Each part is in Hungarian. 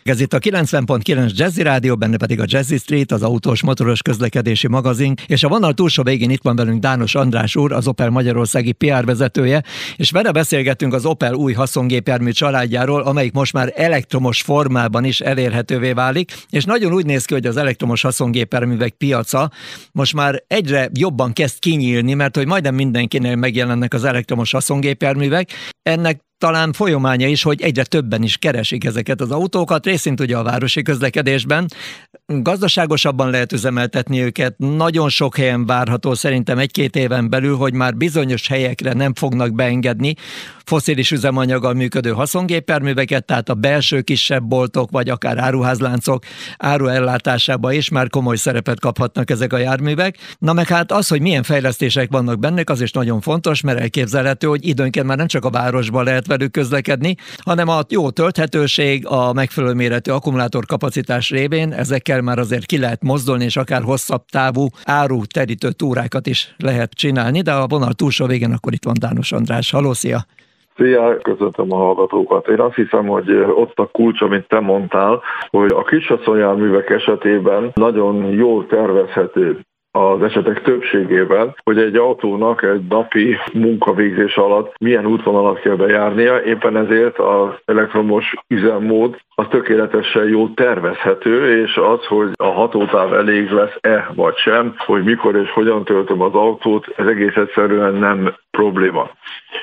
Ez itt a 90.9 Jazzy Rádió, benne pedig a Jazzy Street, az autós motoros közlekedési magazin, és a vonal túlsó végén itt van velünk Dános András úr, az Opel magyarországi PR vezetője, és vele beszélgettünk az Opel új haszongépjármű családjáról, amelyik most már elektromos formában is elérhetővé válik, és nagyon úgy néz ki, hogy az elektromos haszongépjárművek piaca most már egyre jobban kezd kinyílni, mert hogy majdnem mindenkinél megjelennek az elektromos haszongépjárművek. Ennek talán folyamánya is, hogy egyre többen is keresik ezeket az autókat, részint ugye a városi közlekedésben. Gazdaságosabban lehet üzemeltetni őket, nagyon sok helyen várható szerintem 1-2 éven belül, hogy már bizonyos helyekre nem fognak beengedni fosszilis üzemanyaggal működő haszongépjárműveket, tehát a belső kisebb boltok, vagy akár áruházláncok áruellátásában is már komoly szerepet kaphatnak ezek a járművek. Na meg hát az, hogy milyen fejlesztések vannak bennük, az is nagyon fontos, mert elképzelhető, hogy időnként már nem csak a városban lehet velük közlekedni, hanem a jó tölthetőség, a megfelelő méretű akkumulátorkapacitás révén ezekkel már azért ki lehet mozdulni, és akár hosszabb távú áruterítő túrákat is lehet csinálni, de a vonal túlsó végén akkor itt van Dános András. Halló, szia! Szia, köszöntöm a hallgatókat. Én azt hiszem, hogy ott a kulcs, amit te mondtál, hogy a kishaszonjárművek esetében nagyon jól tervezhető az esetek többségében, hogy egy autónak egy napi munkavégzés alatt milyen útvonalat kell bejárnia, éppen ezért az elektromos üzemmód az tökéletesen jól tervezhető, és az, hogy a hatótáv elég lesz-e vagy sem, hogy mikor és hogyan töltöm az autót, ez egész egyszerűen nem probléma.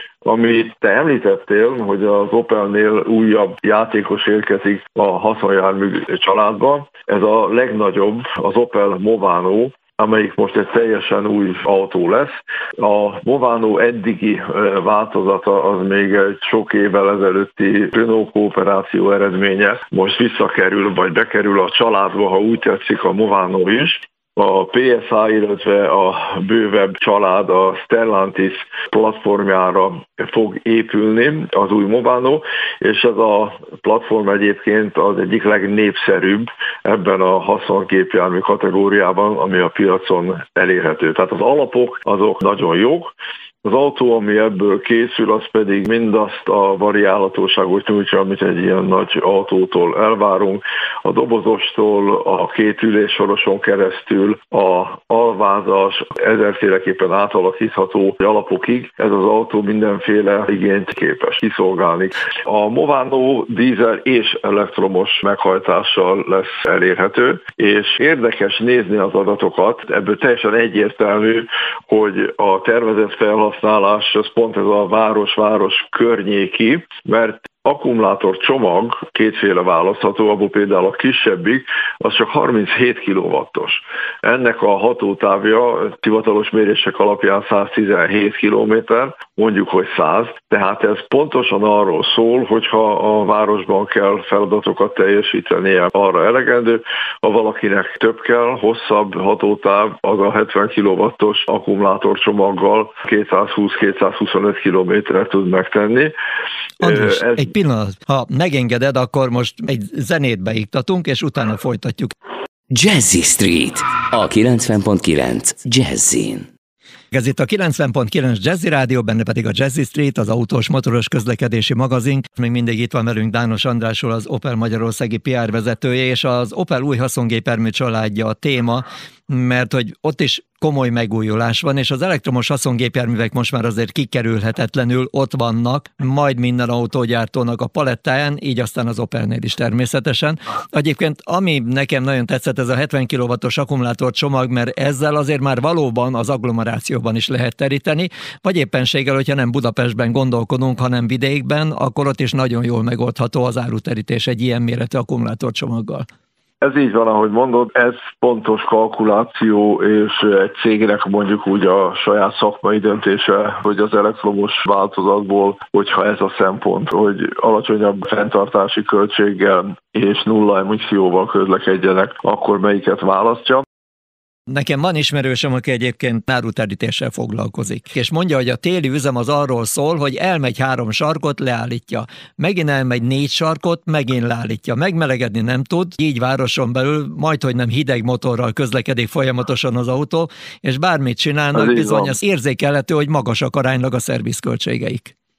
Amit te említettél, hogy az Opelnél újabb játékos érkezik a haszonjármű családba, ez a legnagyobb, az Opel Movano, amelyik most egy teljesen új autó lesz. A Movano eddigi változata az még egy sok évvel ezelőtti Renault kooperáció eredménye. Most visszakerül, vagy bekerül a családba, ha úgy tetszik, a Movano is. A PSA, illetve a bővebb család a Stellantis platformjára fog épülni, az új Movano, és ez a platform egyébként az egyik legnépszerűbb ebben a haszongépjármű kategóriában, ami a piacon elérhető. Tehát az alapok azok nagyon jók. Az autó, ami ebből készül, az pedig mindazt a variálhatóságot nyújtja, amit egy ilyen nagy autótól elvárunk. A dobozostól, a 2 üléssoroson keresztül, a alvázas, ezerféleképpen átalakítható alapokig ez az autó mindenféle igényt képes kiszolgálni. A Movano dízel és elektromos meghajtással lesz elérhető, és érdekes nézni az adatokat, ebből teljesen egyértelmű, hogy a tervezett felhasználás az pont ez a város-város környéki, mert akkumulátor csomag, 2 választható, abból például a kisebbik, az csak 37 kW-os. Ennek a hatótávja hivatalos mérések alapján 117 km, mondjuk, hogy 100, tehát ez pontosan arról szól, hogyha a városban kell feladatokat teljesítenie, arra elegendő, ha valakinek több kell, hosszabb hatótáv, az a 70 kW-os akkumulátorcsomaggal 220-225 km-re tud megtenni. András, egy pillanat, ha megengeded, akkor most egy zenét beiktatunk, és utána folytatjuk. Jazzy Street, a 90.9 Jazzin. Ez itt a 90.9 Jazzy Rádió, benne pedig a Jazzy Street, az autós motoros közlekedési magazin. Még mindig itt van velünk Dános Andrásról, az Opel magyarországi PR vezetője, és az Opel új haszongépjármű családja a téma, mert hogy ott is komoly megújulás van, és az elektromos haszongépjárművek most már azért kikerülhetetlenül ott vannak, majd minden autógyártónak a palettáján, így aztán az Opelnél is természetesen. Egyébként ami nekem nagyon tetszett, ez a 70 kW-os akkumulátor csomag, mert ezzel azért már valóban az agglomerációban is lehet teríteni, vagy éppenséggel, hogyha nem Budapestben gondolkodunk, hanem vidékben, akkor ott is nagyon jól megoldható az áruterítés egy ilyen méretű akkumulátorcsomaggal. Ez így van, ahogy mondod, ez pontos kalkuláció, és egy cégnek mondjuk úgy a saját szakmai döntése, hogy az elektromos változatból, hogyha ez a szempont, hogy alacsonyabb fenntartási költséggel és nulla emisszióval közlekedjenek, akkor melyiket választja. Nekem van ismerősöm, aki egyébként áruterítéssel foglalkozik, és mondja, hogy a téli üzem az arról szól, hogy elmegy 3 sarkot, leállítja. Megint elmegy 4 sarkot, megint leállítja. Megmelegedni nem tud, így városon belül majdhogy nem hideg motorral közlekedik folyamatosan az autó, és bármit csinálnak, bizony az érzékelhető, hogy magasak aránylag a szervizköltségeik.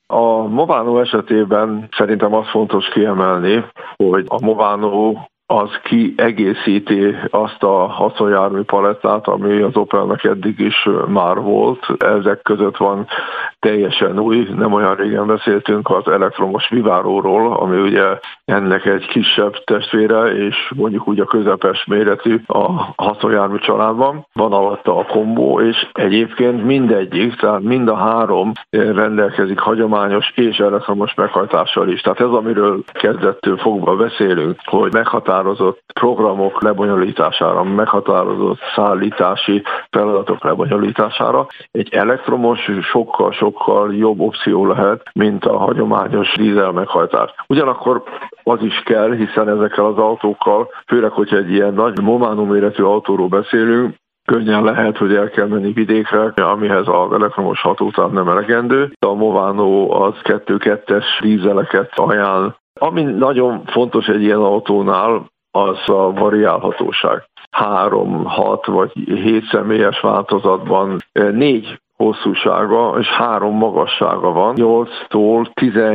A Movano esetében szerintem az fontos kiemelni, hogy a Movano az kiegészíti azt a haszonjármű palettát, ami az Opelnek eddig is már volt. Ezek között van teljesen új, nem olyan régen beszéltünk az elektromos Vivaróról, ami ugye ennek egy kisebb testvére, és mondjuk úgy a közepes méretű a haszonjármű családban. Van alatta a kombó, és egyébként mindegyik, tehát mind a három rendelkezik hagyományos és elektromos meghajtással is. Tehát ez, amiről kezdettől fogva beszélünk, hogy meghatározott programok lebonyolítására, meghatározott szállítási feladatok lebonyolítására egy elektromos sokkal jobb opció lehet, mint a hagyományos dízel meghajtás. Ugyanakkor az is kell, hiszen ezekkel az autókkal, főleg, hogyha egy ilyen nagy Movano méretű autóról beszélünk, könnyen lehet, hogy el kell menni vidékre, amihez az elektromos hatótáv nem elegendő. A Movano az 2.2-es dízeleket ajánl. Ami nagyon fontos egy ilyen autónál, az a variálhatóság. 3, 6 vagy 7 személyes változatban 4 hosszúsága és 3 magassága van. 8-tól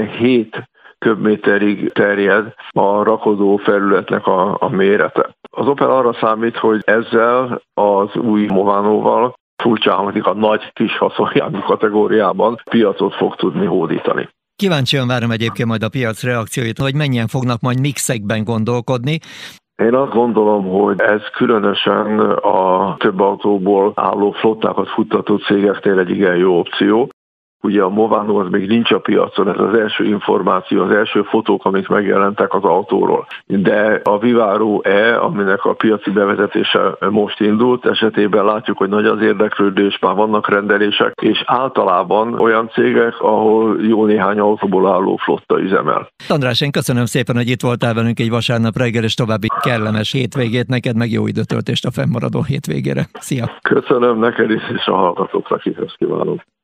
17 köbméterig terjed a rakodó felületnek a mérete. Az Opel arra számít, hogy ezzel az új Movanoval furcsán hangzik a nagy kis haszonjármű kategóriában piacot fog tudni hódítani. Kíváncsian várom egyébként majd a piac reakcióit, hogy mennyien fognak majd mixekben gondolkodni. Én azt gondolom, hogy ez különösen a több autóból álló flottákat futtató cégeknél egy igen jó opció. Ugye a Movano az még nincs a piacon, ez az első információ, az első fotók, amik megjelentek az autóról. De a Vivaro E, aminek a piaci bevezetése most indult, esetében látjuk, hogy nagy az érdeklődés, már vannak rendelések, és általában olyan cégek, ahol jó néhány autóból álló flotta üzemel. András, én köszönöm szépen, hogy itt voltál velünk egy vasárnap reggel, és további kellemes hétvégét neked, meg jó időtöltést a fennmaradó hétvégére. Szia! Köszönöm neked is, és a hallgatóknak is ezt kívánom.